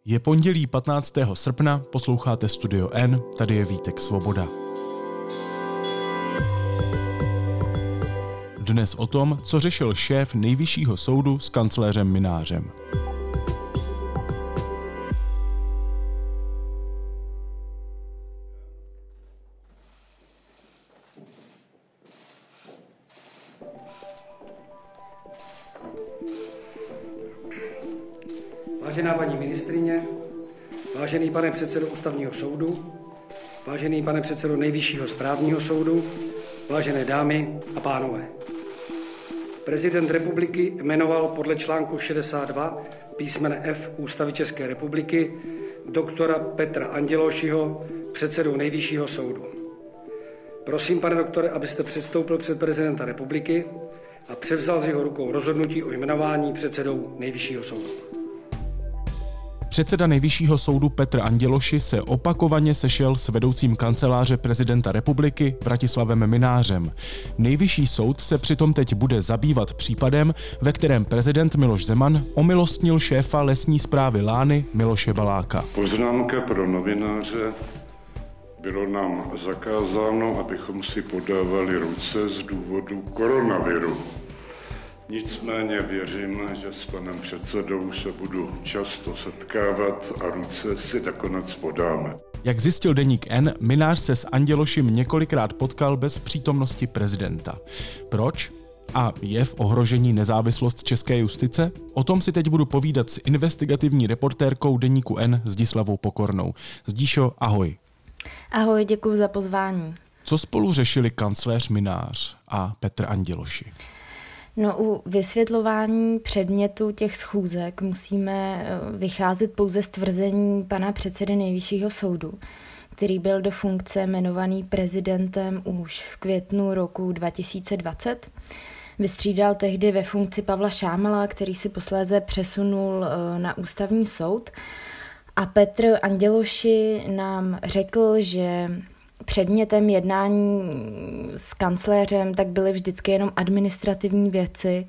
Je pondělí 15. srpna, posloucháte Studio N, tady je Vítek Svoboda. Dnes o tom, co řešil šéf Nejvyššího soudu s kancléřem Mynářem. Vážená paní ministryně, vážený pane předsedo Ústavního soudu, vážený pane předsedo Nejvyššího správního soudu, vážené dámy a pánové. Prezident republiky jmenoval podle článku 62 písmene F Ústavy České republiky doktora Petra Andělošiho předsedou Nejvyššího soudu. Prosím, pane doktore, abyste předstoupil před prezidenta republiky a převzal z jeho rukou rozhodnutí o jmenování předsedou Nejvyššího soudu. Předseda Nejvyššího soudu Petr Anděloši se opakovaně sešel s vedoucím kanceláře prezidenta republiky Vratislavem Mynářem. Nejvyšší soud se přitom teď bude zabývat případem, ve kterém prezident Miloš Zeman omilostnil šéfa lesní správy Lány Miloše Baláka. Poznámka pro novináře. Bylo nám zakázáno, abychom si podávali ruce z důvodu koronaviru. Nicméně věřím, že s panem předsedou se budu často setkávat a ruce si nakonec podáme. Jak zjistil deník N, Mynář se s Andělošem několikrát potkal bez přítomnosti prezidenta. Proč? A je v ohrožení nezávislost české justice? O tom si teď budu povídat s investigativní reportérkou deníku N Zdislavou Pokornou. Zdíšo, ahoj. Ahoj, děkuji za pozvání. Co spolu řešili kancléř Mynář a Petr Anděloši? No, u vysvětlování předmětu těch schůzek musíme vycházet pouze z tvrzení pana předsedy Nejvyššího soudu, který byl do funkce jmenovaný prezidentem už v květnu roku 2020. Vystřídal tehdy ve funkci Pavla Šámala, který si posléze přesunul na ústavní soud. A Petr Anděloši nám řekl, že předmětem jednání s kancléřem tak byly vždycky jenom administrativní věci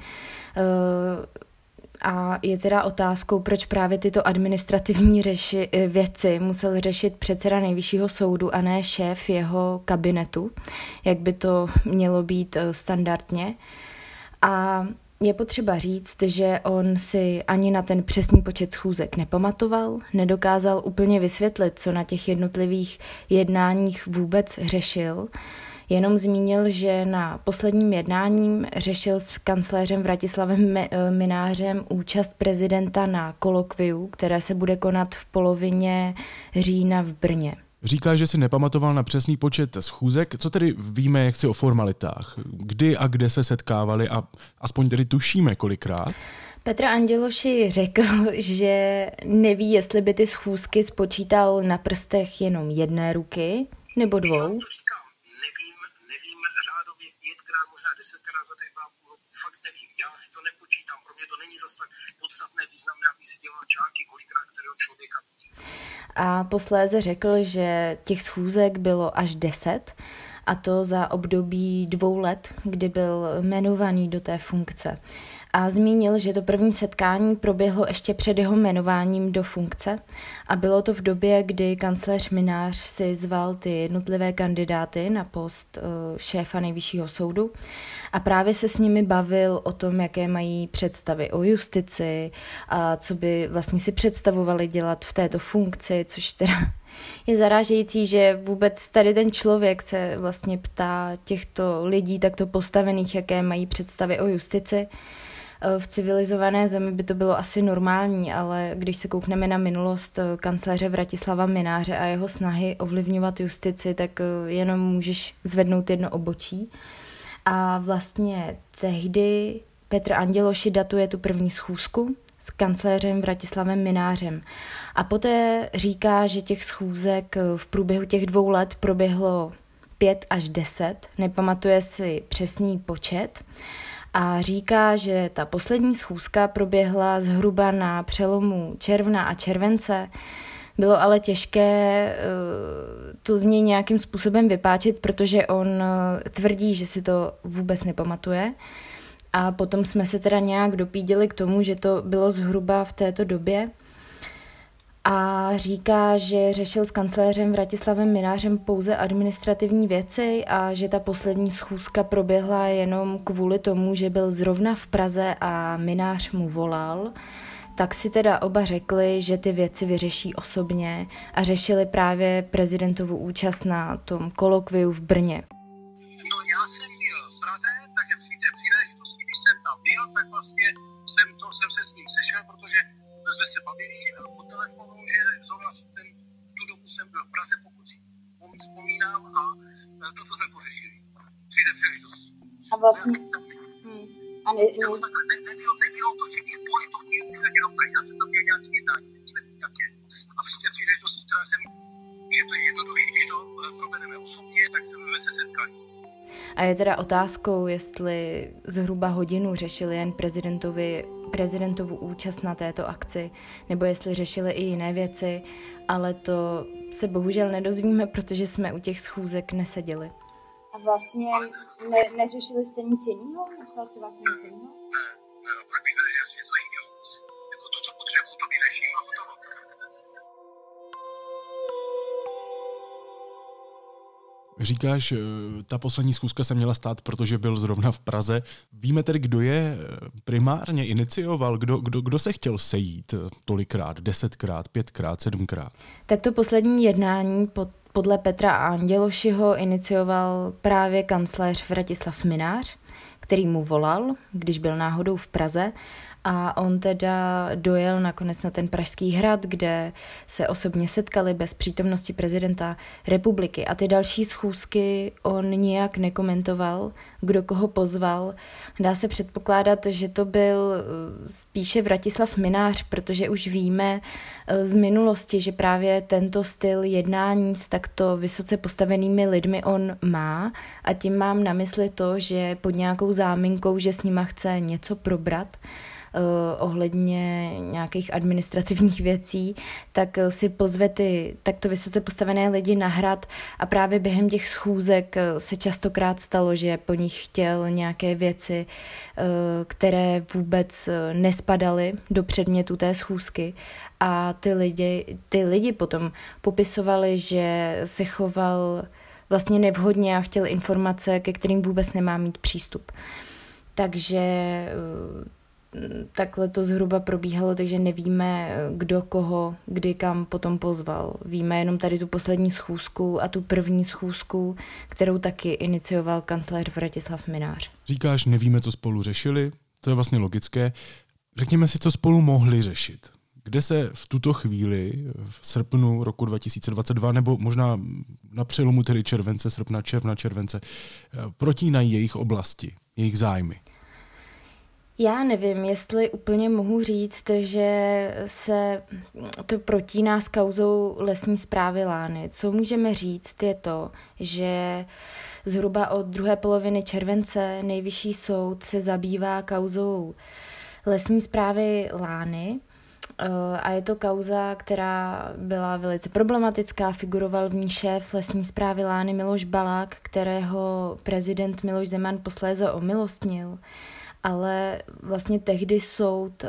a je teda otázkou, proč právě tyto administrativní věci musel řešit předseda Nejvyššího soudu a ne šéf jeho kabinetu, jak by to mělo být standardně. A je potřeba říct, že on si ani na ten přesný počet schůzek nepamatoval, nedokázal úplně vysvětlit, co na těch jednotlivých jednáních vůbec řešil. Jenom zmínil, že na posledním jednáním řešil s kancléřem Vratislavem Mynářem účast prezidenta na kolokviu, které se bude konat v polovině října v Brně. Říká, že si nepamatoval na přesný počet schůzek. Co tedy víme jaksi o formalitách? Kdy a kde se setkávali a aspoň tedy tušíme kolikrát? Petr Anděloši řekl, že neví, jestli by ty schůzky spočítal na prstech jenom jedné ruky nebo dvou. Nevím, řádově 5krát, možná 10krát za těch 2,5 roku, fakt nevím. Já si to nepočítám, pro mě to není zas tak podstatné, významné, aby si dělal čárky, kolikrát kterého člověka. A posléze řekl, že těch schůzek bylo až 10, a to za období 2 let, kdy byl jmenovaný do té funkce. A zmínil, že to první setkání proběhlo ještě před jeho jmenováním do funkce a bylo to v době, kdy kancléř Mynář si zval ty jednotlivé kandidáty na post šéfa Nejvyššího soudu a právě se s nimi bavil o tom, jaké mají představy o justici a co by vlastně si představovali dělat v této funkci, což teda je zarážející, že vůbec tady ten člověk se vlastně ptá těchto lidí takto postavených, jaké mají představy o justici. V civilizované zemi by to bylo asi normální, ale když se koukneme na minulost kancléře Vratislava Mynáře a jeho snahy ovlivňovat justici, tak jenom můžeš zvednout jedno obočí. A vlastně tehdy Petr Anděloši datuje tu první schůzku s kancléřem Vratislavem Mynářem. A poté říká, že těch schůzek v průběhu těch 2 let proběhlo 5 až 10, nepamatuje si přesný počet. A říká, že ta poslední schůzka proběhla zhruba na přelomu června a července. Bylo ale těžké to z něj nějakým způsobem vypáčit, protože on tvrdí, že si to vůbec nepamatuje. A potom jsme se teda nějak dopídili k tomu, že to bylo zhruba v této době. a říká, že řešil s kancléřem Vratislavem Mynářem pouze administrativní věci a že ta poslední schůzka proběhla jenom kvůli tomu, že byl zrovna v Praze a Mynář mu volal. Tak si teda oba řekli, že ty věci vyřeší osobně a řešili právě prezidentovu účast na tom kolokviu v Brně. No já jsem byl v Praze, takže při té příležitosti, když jsem tam byl, tak vlastně jsem se s ním sešel, protože jsme se bavili po telefonu, že zrovna tu dobu jsem byl v Praze, pokud si vzpomínám, a toto jsme pořešili při té příležitosti. A vlastně... Nebylo to, že bych kvůli tomu jenom já jsem tam měl nějaký jednání, a při té příležitosti, která jsem, že to je jednodušší, když to provedeme osobně, tak jsme se setkali. A je teda otázkou, jestli zhruba hodinu řešili jen prezidentovu účast na této akci, nebo jestli řešili i jiné věci, ale to se bohužel nedozvíme, protože jsme u těch schůzek neseděli. A vlastně neřešili jste nic jiného? Nechal si vlastně nic jiného? Ne, proč bych neřešil něco jiného? Jako to, co potřebuji, to vyřeším a hotovo. Říkáš, ta poslední schůzka se měla stát, protože byl zrovna v Praze. Víme tedy, kdo je primárně inicioval? Kdo se chtěl sejít tolikrát? 10krát, 5krát, 7krát? Tak to poslední jednání podle Petra Andělošiho inicioval právě kancléř Vratislav Mynář, který mu volal, když byl náhodou v Praze, a on teda dojel nakonec na ten Pražský hrad, kde se osobně setkali bez přítomnosti prezidenta republiky. A ty další schůzky on nijak nekomentoval, kdo koho pozval. Dá se předpokládat, že to byl spíše Vratislav Mynář, protože už víme z minulosti, že právě tento styl jednání s takto vysoce postavenými lidmi on má, a tím mám na mysli to, že pod nějakou záminkou, že s nima chce něco probrat, ohledně nějakých administrativních věcí, tak si pozve ty takto vysoce postavené lidi na hrad, a právě během těch schůzek se častokrát stalo, že po nich chtěl nějaké věci, které vůbec nespadaly do předmětu té schůzky, a ty lidi potom popisovali, že se choval vlastně nevhodně a chtěl informace, ke kterým vůbec nemá mít přístup. Takže takhle to zhruba probíhalo, takže nevíme, kdo koho, kdy kam potom pozval. Víme jenom tady tu poslední schůzku a tu první schůzku, kterou taky inicioval kancléř Vratislav Mynář. Říkáš, nevíme, co spolu řešili, to je vlastně logické. Řekněme si, co spolu mohli řešit. Kde se v tuto chvíli, v srpnu roku 2022, nebo možná na přelomu tedy června, července, protínají jejich oblasti, jejich zájmy? Já nevím, jestli úplně mohu říct, že se to protíná s kauzou lesní správy Lány. Co můžeme říct je to, že zhruba od druhé poloviny července Nejvyšší soud se zabývá kauzou lesní správy Lány, a je to kauza, která byla velice problematická. Figuroval v ní šéf lesní správy Lány Miloš Balák, kterého prezident Miloš Zeman posléze omilostnil. Ale vlastně tehdy soud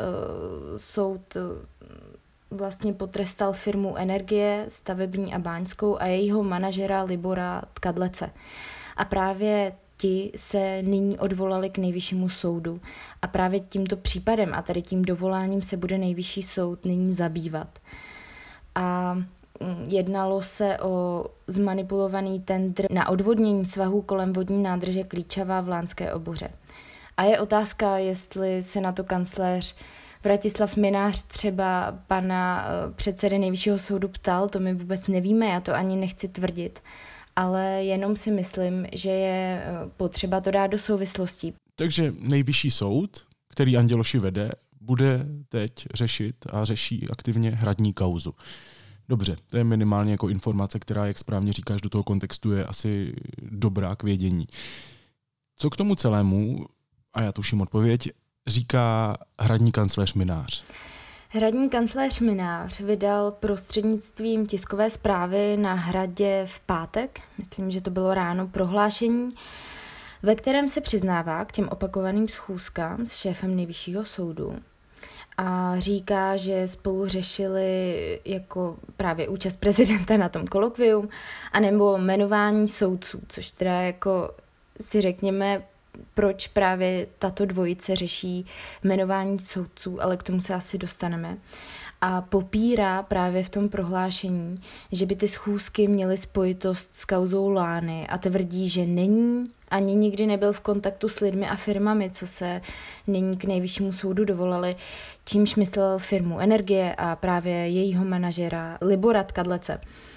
vlastně potrestal firmu Energie, stavební a báňskou, a jejího manažera Libora Tkadlece. A právě ti se nyní odvolali k Nejvyššímu soudu. A právě tímto případem a tady tím dovoláním se bude Nejvyšší soud nyní zabývat. A jednalo se o zmanipulovaný tendr na odvodnění svahů kolem vodní nádrže Klíčava v Lánské Oboře. A je otázka, jestli se na to kancléř Vratislav Mynář třeba pana předsedy Nejvyššího soudu ptal, to my vůbec nevíme, já to ani nechci tvrdit, ale jenom si myslím, že je potřeba to dát do souvislostí. Takže Nejvyšší soud, který Anděloši vede, bude teď řešit a řeší aktivně hradní kauzu. Dobře, to je minimálně jako informace, která, jak správně říkáš, do toho kontextu je asi dobrá k vědění. Co k tomu celému, a já tuším odpověď, říká hradní kancléř Mynář? Hradní kancléř Mynář vydal prostřednictvím tiskové zprávy na hradě v pátek, myslím, že to bylo ráno, prohlášení, ve kterém se přiznává k těm opakovaným schůzkám s šéfem Nejvyššího soudu a říká, že spolu řešili jako právě účast prezidenta na tom kolokvium anebo jmenování soudců, což teda jako si řekněme, proč právě tato dvojice řeší jmenování soudců, ale k tomu se asi dostaneme. A popírá právě v tom prohlášení, že by ty schůzky měly spojitost s kauzou Lány a tvrdí, že není ani nikdy nebyl v kontaktu s lidmi a firmami, co se nyní k nejvyššímu soudu dovolali, čímž myslel firmu Energie a právě jejího manažera Libora Tkadlece.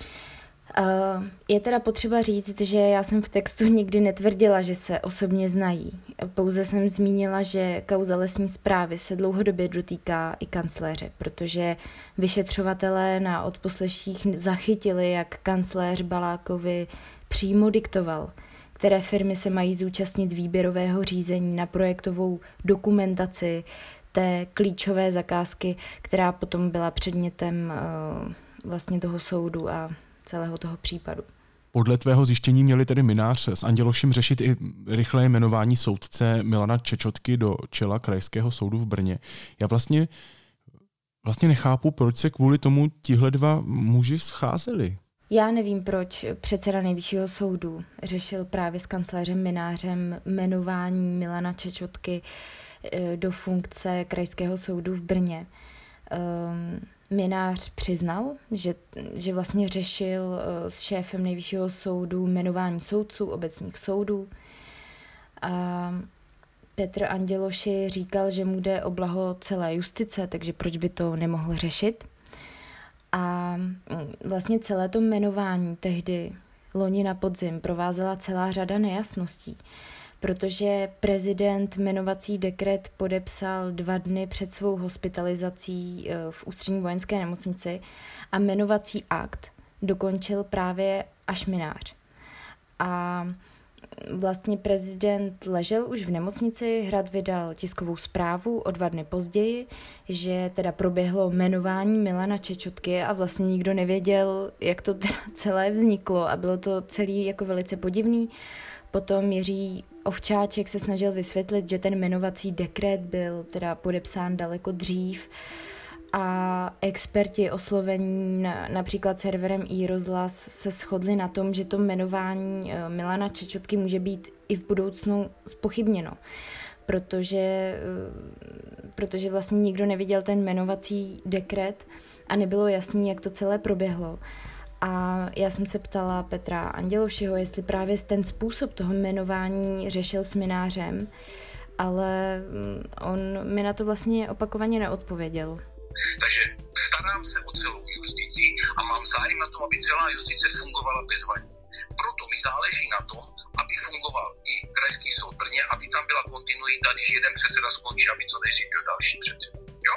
Je teda potřeba říct, že já jsem v textu nikdy netvrdila, že se osobně znají. Pouze jsem zmínila, že kauza lesní správy se dlouhodobě dotýká i kancléře, protože vyšetřovatelé na odposleších zachytili, jak kancléř Balákovi přímo diktoval, které firmy se mají zúčastnit výběrového řízení na projektovou dokumentaci té klíčové zakázky, která potom byla předmětem vlastně toho soudu a celého toho případu. Podle tvého zjištění měli tedy Mynář s Andělošem řešit i rychlé jmenování soudce Milana Čečotky do čela Krajského soudu v Brně. Já vlastně nechápu, proč se kvůli tomu tihle dva muži scházeli. Já nevím, proč předseda Nejvyššího soudu řešil právě s kancléřem Mynářem jmenování Milana Čečotky do funkce Krajského soudu v Brně. Mynář přiznal, že vlastně řešil s šéfem Nejvyššího soudu jmenování soudců obecních soudů. A Petr Anděloši říkal, že mu jde o blaho celé justice, takže proč by to nemohl řešit. A vlastně celé to jmenování tehdy loni na podzim provázela celá řada nejasností, protože prezident jmenovací dekret podepsal 2 dny před svou hospitalizací v Ústřední vojenské nemocnici a jmenovací akt dokončil právě až Mynář. A vlastně prezident ležel už v nemocnici, Hrad vydal tiskovou zprávu o 2 dny později, že teda proběhlo jmenování Milana Čečotky a vlastně nikdo nevěděl, jak to teda celé vzniklo a bylo to celý jako velice podivný. Potom Jiří Ovčáček se snažil vysvětlit, že ten jmenovací dekret byl teda podepsán daleko dřív a experti oslovení například serverem iRozhlas se shodli na tom, že to jmenování Milana Čečotky může být i v budoucnu zpochybněno, protože vlastně nikdo neviděl ten jmenovací dekret a nebylo jasný, jak to celé proběhlo. A já jsem se ptala Petra Andělošiho, jestli právě ten způsob toho jmenování řešil s Mynářem, ale on mi na to vlastně opakovaně neodpověděl. Takže starám se o celou justici a mám zájem na tom, aby celá justice fungovala bezvadně. Proto mi záleží na tom, aby fungoval i Krajský soud v Brně, aby tam byla kontinuita, když jeden předseda skončí, aby to neřídil další předseda. Jo?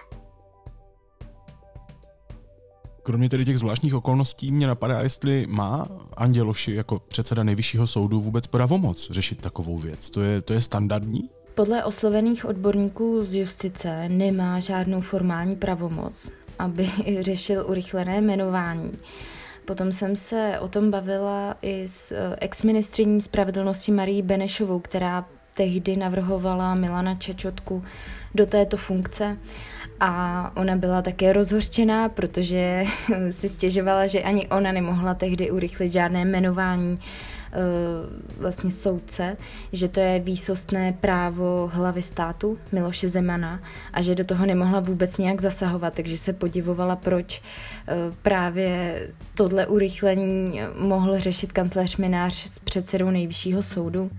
Kromě tedy těch zvláštních okolností mě napadá, jestli má Anděloši jako předseda Nejvyššího soudu vůbec pravomoc řešit takovou věc. To je standardní? Podle oslovených odborníků z justice nemá žádnou formální pravomoc, aby řešil urychlené jmenování. Potom jsem se o tom bavila i s exministryní spravedlnosti Marií Benešovou, která tehdy navrhovala Milana Čečotku do této funkce. A ona byla také rozhořčená, protože si stěžovala, že ani ona nemohla tehdy urychlit žádné jmenování vlastně soudce, že to je výsostné právo hlavy státu Miloše Zemana a že do toho nemohla vůbec nějak zasahovat, takže se podivovala, proč právě tohle urychlení mohl řešit kancléř Mynář s předsedou Nejvyššího soudu.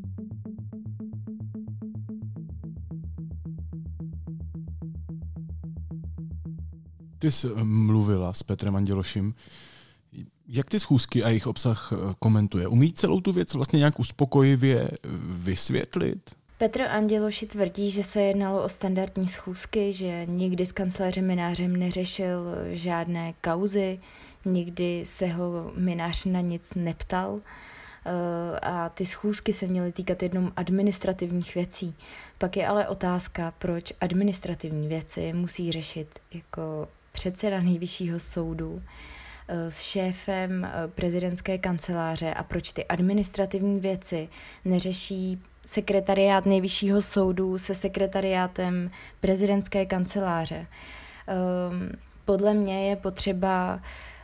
Ty jsi mluvila s Petrem Andělošem. Jak ty schůzky a jejich obsah komentuje? Umí celou tu věc vlastně nějak uspokojivě vysvětlit? Petr Anděloši tvrdí, že se jednalo o standardní schůzky, že nikdy s kancléřem Mynářem neřešil žádné kauzy, nikdy se ho Mynář na nic neptal a ty schůzky se měly týkat jenom administrativních věcí. Pak je ale otázka, proč administrativní věci musí řešit jako předseda Nejvyššího soudu s šéfem prezidentské kanceláře a proč ty administrativní věci neřeší sekretariát Nejvyššího soudu se sekretariátem prezidentské kanceláře. Podle mě je potřeba,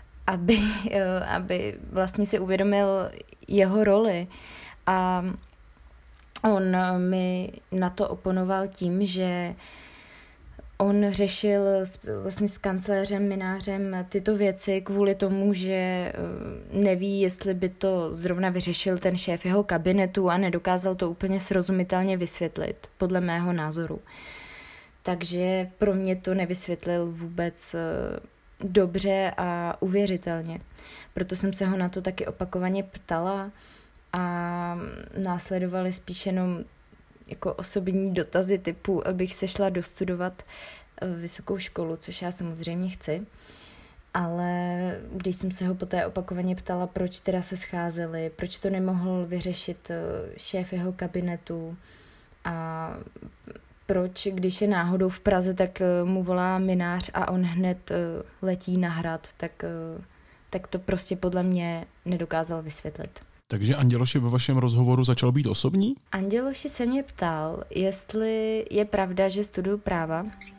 aby vlastně si uvědomil jeho roli, a on mi na to oponoval tím, že on řešil vlastně s kancléřem Mynářem tyto věci kvůli tomu, že neví, jestli by to zrovna vyřešil ten šéf jeho kabinetu, a nedokázal to úplně srozumitelně vysvětlit, podle mého názoru. Takže pro mě to nevysvětlil vůbec dobře a uvěřitelně. Proto jsem se ho na to taky opakovaně ptala a následovaly spíš jenom jako osobní dotazy typu, abych se šla dostudovat vysokou školu, což já samozřejmě chci. Ale když jsem se ho poté opakovaně ptala, proč teda se scházeli, proč to nemohl vyřešit šéf jeho kabinetu a proč, když je náhodou v Praze, tak mu volá Mynář a on hned letí na Hrad, tak to prostě podle mě nedokázal vysvětlit. Takže Anděloši ve vašem rozhovoru začal být osobní? Anděloši se mě ptal, jestli je pravda, že studuju práva.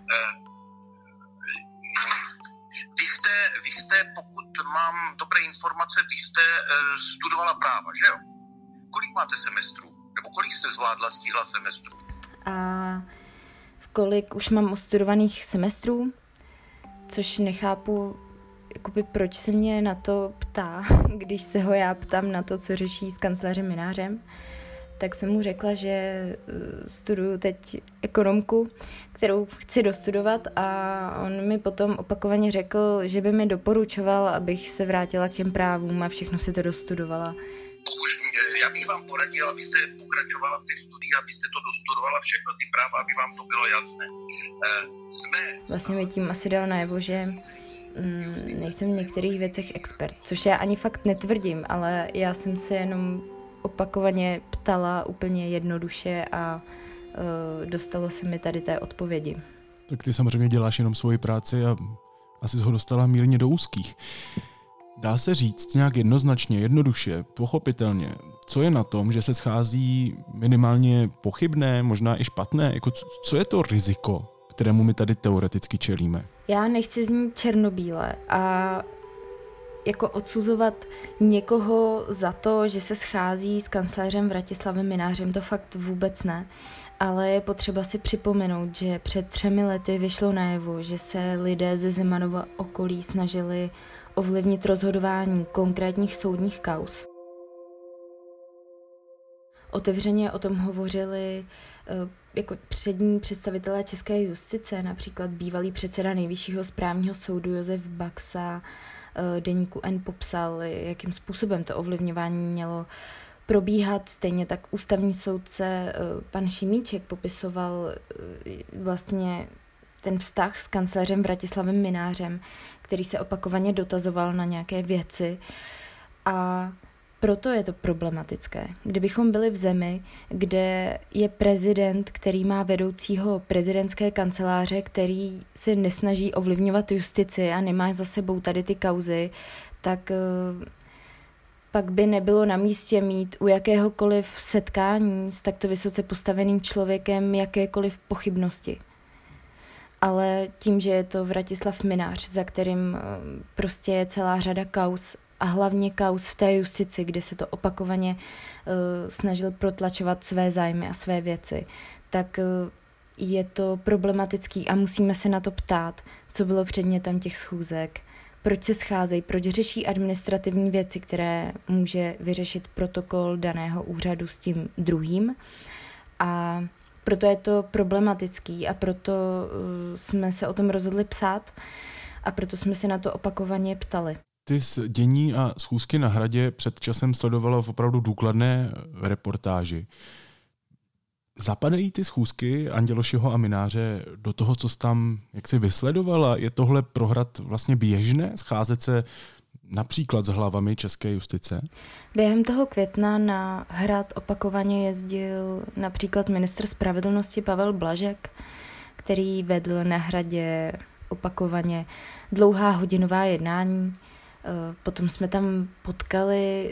Vy jste, pokud mám dobré informace, vy jste studovala práva, že jo? Kolik máte semestrů? Nebo kolik jste stihla semestrů? A v kolik už mám ostudovaných semestrů, což nechápu, jakoby proč se mě na to ptá, když se ho já ptám na to, co řeší s kancléřem Mynářem, tak jsem mu řekla, že studuju teď ekonomku, kterou chci dostudovat, a on mi potom opakovaně řekl, že by mi doporučoval, abych se vrátila k těm právům a všechno si to dostudovala. Já bych vám poradil, abyste pokračovala v těch studiích, abyste to dostudovala všechno ty práva, aby vám to bylo jasné. Vlastně mi tím asi dal najevo, že nejsem v některých věcech expert, což já ani fakt netvrdím, ale já jsem se jenom opakovaně ptala úplně jednoduše a dostalo se mi tady té odpovědi. Tak ty samozřejmě děláš jenom svoji práci a asi jsi ho dostala mírně do úzkých. Dá se říct nějak jednoznačně, jednoduše, pochopitelně, co je na tom, že se schází minimálně pochybné, možná i špatné? Jako co je to riziko, kterému my tady teoreticky čelíme? Já nechci znít černobíle a jako odsuzovat někoho za to, že se schází s kancléřem Vratislavem Mynářem, to fakt vůbec ne. Ale je potřeba si připomenout, že před 3 lety vyšlo najevo, že se lidé ze Zemanova okolí snažili ovlivnit rozhodování konkrétních soudních kauz. Otevřeně o tom hovořili jako přední představitelé české justice, například bývalý předseda Nejvyššího správního soudu Josef Baxa deníku N popsal, jakým způsobem to ovlivňování mělo probíhat. Stejně tak ústavní soudce pan Šimíček popisoval vlastně ten vztah s kancléřem Vratislavem Mynářem, který se opakovaně dotazoval na nějaké věci, a proto je to problematické. Kdybychom byli v zemi, kde je prezident, který má vedoucího prezidentské kanceláře, který se nesnaží ovlivňovat justici a nemá za sebou tady ty kauzy, tak pak by nebylo na místě mít u jakéhokoliv setkání s takto vysoce postaveným člověkem jakékoliv pochybnosti. Ale tím, že je to Vratislav Mynář, za kterým prostě je celá řada kauz, a hlavně kauz v té justici, kde se to opakovaně snažil protlačovat své zájmy a své věci, tak je to problematický a musíme se na to ptát, co bylo předmětem těch schůzek, proč se scházejí, proč řeší administrativní věci, které může vyřešit protokol daného úřadu s tím druhým. A proto je to problematický a proto jsme se o tom rozhodli psát a proto jsme se na to opakovaně ptali. Ty dění a schůzky na Hradě před časem sledovala v opravdu důkladné reportáži. Zapadají ty schůzky Andělošiho a Mynáře do toho, co jsi tam jaksi vysledovala? Je tohle pro Hrad vlastně běžné, scházet se například s hlavami české justice? Během toho května na Hrad opakovaně jezdil například ministr spravedlnosti Pavel Blažek, který vedl na Hradě opakovaně dlouhá hodinová jednání. Potom jsme tam potkali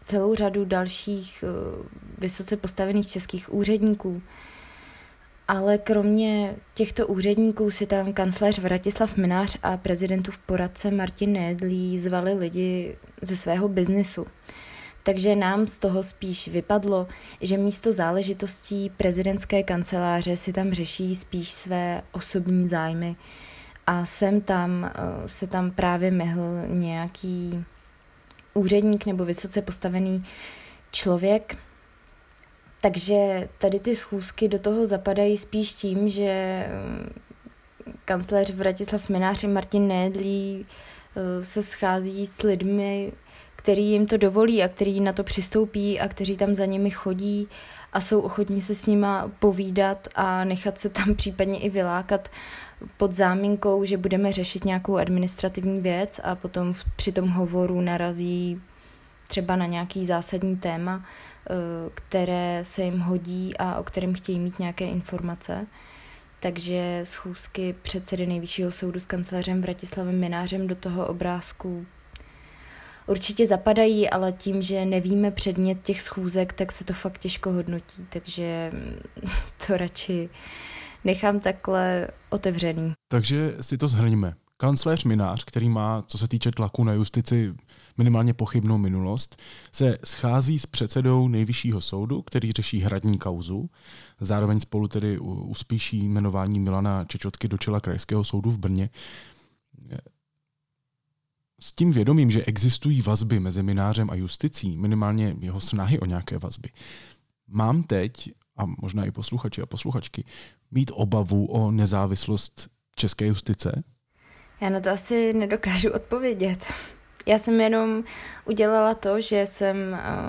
celou řadu dalších vysoce postavených českých úředníků. Ale kromě těchto úředníků si tam kancléř Vratislav Mynář a prezidentův poradce Martin Nejedlý zvali lidi ze svého biznisu. Takže nám z toho spíš vypadlo, že místo záležitostí prezidentské kanceláře si tam řeší spíš své osobní zájmy a sem tam se tam právě mehl nějaký úředník nebo vysoce postavený člověk. Takže tady ty schůzky do toho zapadají spíš tím, že kancléř Vratislav Mynář a Martin Nejedlý se schází s lidmi, který jim to dovolí a který na to přistoupí a kteří tam za nimi chodí a jsou ochotní se s nima povídat a nechat se tam případně i vylákat pod záminkou, že budeme řešit nějakou administrativní věc a potom při tom hovoru narazí třeba na nějaký zásadní téma, které se jim hodí a o kterém chtějí mít nějaké informace. Takže schůzky předsedy Nejvyššího soudu s kancléřem Vratislavem Mynářem do toho obrázku určitě zapadají, ale tím, že nevíme předmět těch schůzek, tak se to fakt těžko hodnotí, takže to radši nechám takhle otevřený. Takže si to shrňme. Kancléř Mynář, který má, co se týče tlaku na justici, minimálně pochybnou minulost, se schází s předsedou Nejvyššího soudu, který řeší hradní kauzu. Zároveň spolu tedy uspíší jmenování Milana Čečotky do čela Krajského soudu v Brně. S tím vědomím, že existují vazby mezi Mynářem a justicí, minimálně jeho snahy o nějaké vazby, mám teď, a možná i posluchači a posluchačky, mít obavu o nezávislost české justice? Já na to asi nedokážu odpovědět. Já jsem jenom udělala to, že jsem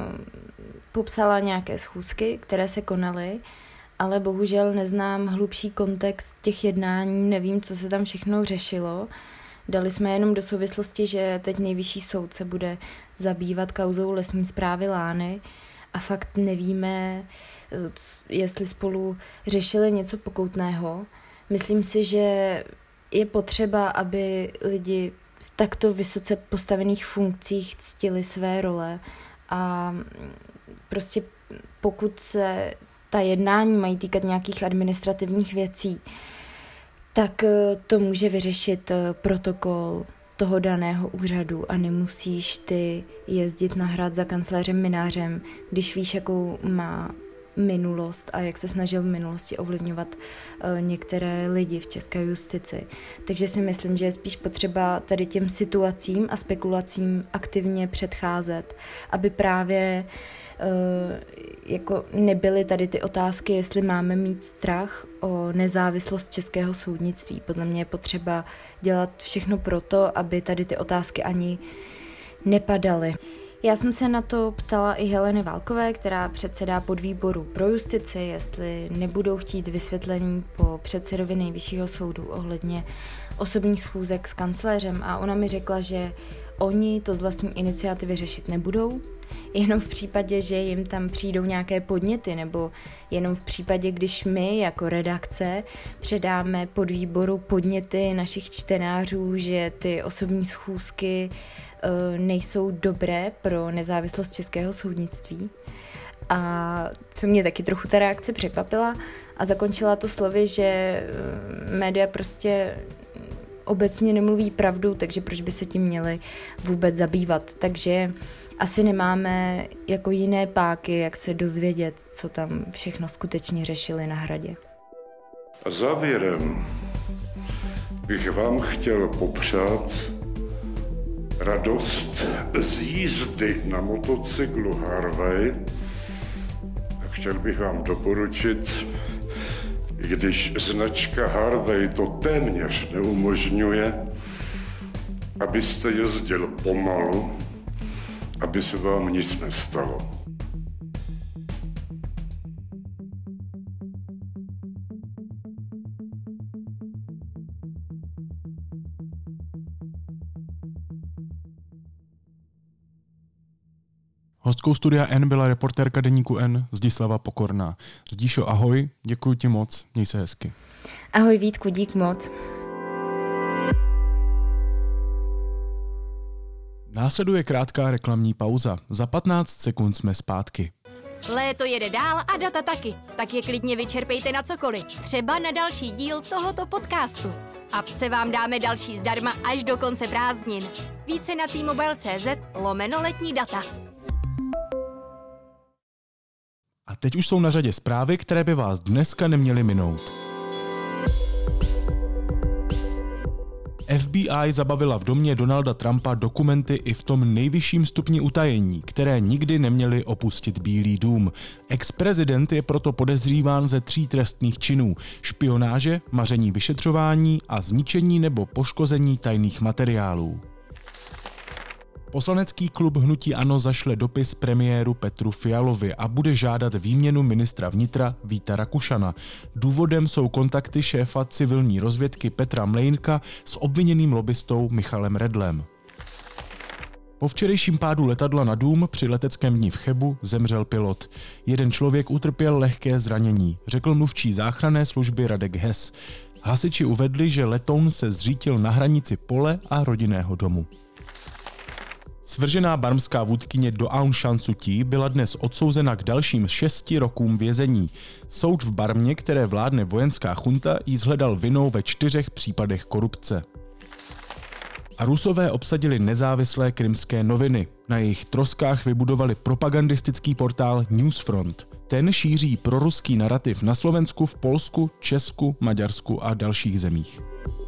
popsala nějaké schůzky, které se konaly, ale bohužel neznám hlubší kontext těch jednání, nevím, co se tam všechno řešilo. Dali jsme jenom do souvislosti, že teď Nejvyšší soud se bude zabývat kauzou lesní správy Lány a fakt nevíme, jestli spolu řešili něco pokoutného. Myslím si, že je potřeba, aby lidi v takto vysoce postavených funkcích ctili své role a prostě pokud se ta jednání mají týkat nějakých administrativních věcí, tak to může vyřešit protokol toho daného úřadu a nemusíš ty jezdit na hrad za kancléřem Mynářem, když víš, jakou má minulost a jak se snažil v minulosti ovlivňovat některé lidi v české justici. Takže si myslím, že je spíš potřeba tady těm situacím a spekulacím aktivně předcházet, aby právě jako nebyly tady ty otázky, jestli máme mít strach o nezávislost českého soudnictví. Podle mě je potřeba dělat všechno proto, aby tady ty otázky ani nepadaly. Já jsem se na to ptala i Heleny Válkové, která předsedá podvýboru pro justici, jestli nebudou chtít vysvětlení po předsedovi Nejvyššího soudu ohledně osobních schůzek s kancléřem a ona mi řekla, že oni to z vlastní iniciativy řešit nebudou, jenom v případě, že jim tam přijdou nějaké podněty, nebo jenom v případě, když my jako redakce předáme podvýboru podněty našich čtenářů, že ty osobní schůzky nejsou dobré pro nezávislost českého soudnictví. A co mě taky trochu ta reakce překvapila a zakončila to slovy, že média prostě obecně nemluví pravdu, takže proč by se tím měli vůbec zabývat. Takže asi nemáme jako jiné páky, jak se dozvědět, co tam všechno skutečně řešili na hradě. A závěrem bych vám chtěl popřát radost z jízdy na motocyklu Harley. Chtěl bych vám doporučit, i když značka Harley to téměř neumožňuje, abyste jezdil pomalu, aby se vám nic nestalo. Hostkou Studia N byla reportérka deníku N Zdislava Pokorná. Zdíšo, ahoj, děkuji ti moc, měj se hezky. Ahoj Vítku, dík moc. Následuje krátká reklamní pauza. Za 15 sekund jsme zpátky. Léto jede dál a data taky, tak je klidně vyčerpejte na cokoliv. Třeba na další díl tohoto podcastu. Apce vám dáme další zdarma až do konce prázdnin. Více na t-mobile.cz/letní data. A teď už jsou na řadě zprávy, které by vás dneska neměly minout. FBI zabavila v domě Donalda Trumpa dokumenty i v tom nejvyšším stupni utajení, které nikdy neměly opustit Bílý dům. Ex-prezident je proto podezříván ze 3 trestných činů: špionáže, maření vyšetřování a zničení nebo poškození tajných materiálů. Poslanecký klub Hnutí ANO zašle dopis premiéru Petru Fialovi a bude žádat výměnu ministra vnitra Víta Rakušana. Důvodem jsou kontakty šéfa civilní rozvědky Petra Mlejnka s obviněným lobbystou Michalem Redlem. Po včerejším pádu letadla na dům při leteckém dni v Chebu zemřel pilot. Jeden člověk utrpěl lehké zranění, řekl mluvčí záchranné služby Radek Hess. Hasiči uvedli, že letoun se zřítil na hranici pole a rodinného domu. Svržená barmská vůdkyně Do Aung San Suu Kyi byla dnes odsouzena k dalším 6 rokům vězení. Soud v Barmě, které vládne vojenská chunta, jí shledal vinou ve 4 případech korupce. A Rusové obsadili nezávislé krymské noviny. Na jejich troskách vybudovali propagandistický portál Newsfront. Ten šíří proruský narativ na Slovensku, v Polsku, Česku, Maďarsku a dalších zemích.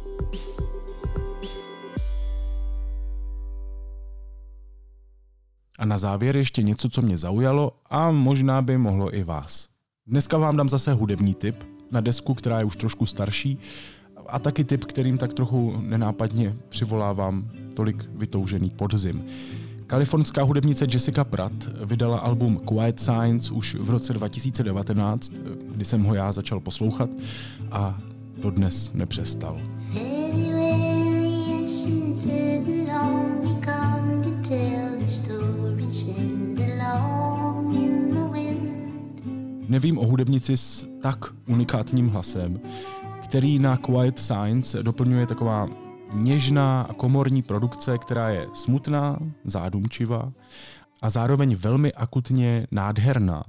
A na závěr ještě něco, co mě zaujalo a možná by mohlo i vás. Dneska vám dám zase hudební tip na desku, která je už trošku starší, a taky tip, kterým tak trochu nenápadně přivolávám tolik vytoužený podzim. Kalifornská hudebnice Jessica Pratt vydala album Quiet Signs už v roce 2019, kdy jsem ho já začal poslouchat a dodnes nepřestal. Nevím o hudebnici s tak unikátním hlasem, který na Quiet Signs doplňuje taková něžná a komorní produkce, která je smutná, zádumčivá a zároveň velmi akutně nádherná.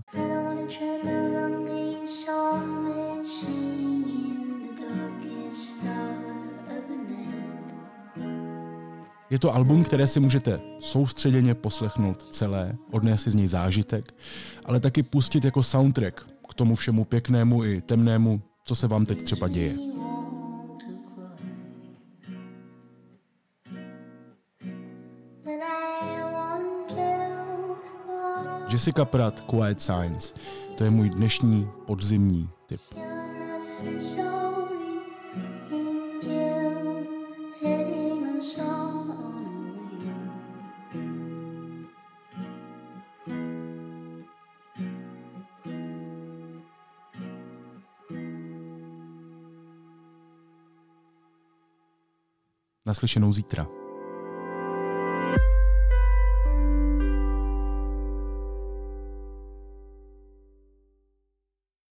Je to album, které si můžete soustředěně poslechnout celé, odnést si z něj zážitek, ale taky pustit jako soundtrack k tomu všemu pěknému i temnému, co se vám teď třeba děje. Jessica Pratt, Quiet Signs. To je můj dnešní podzimní tip. Naslyšenou zítra.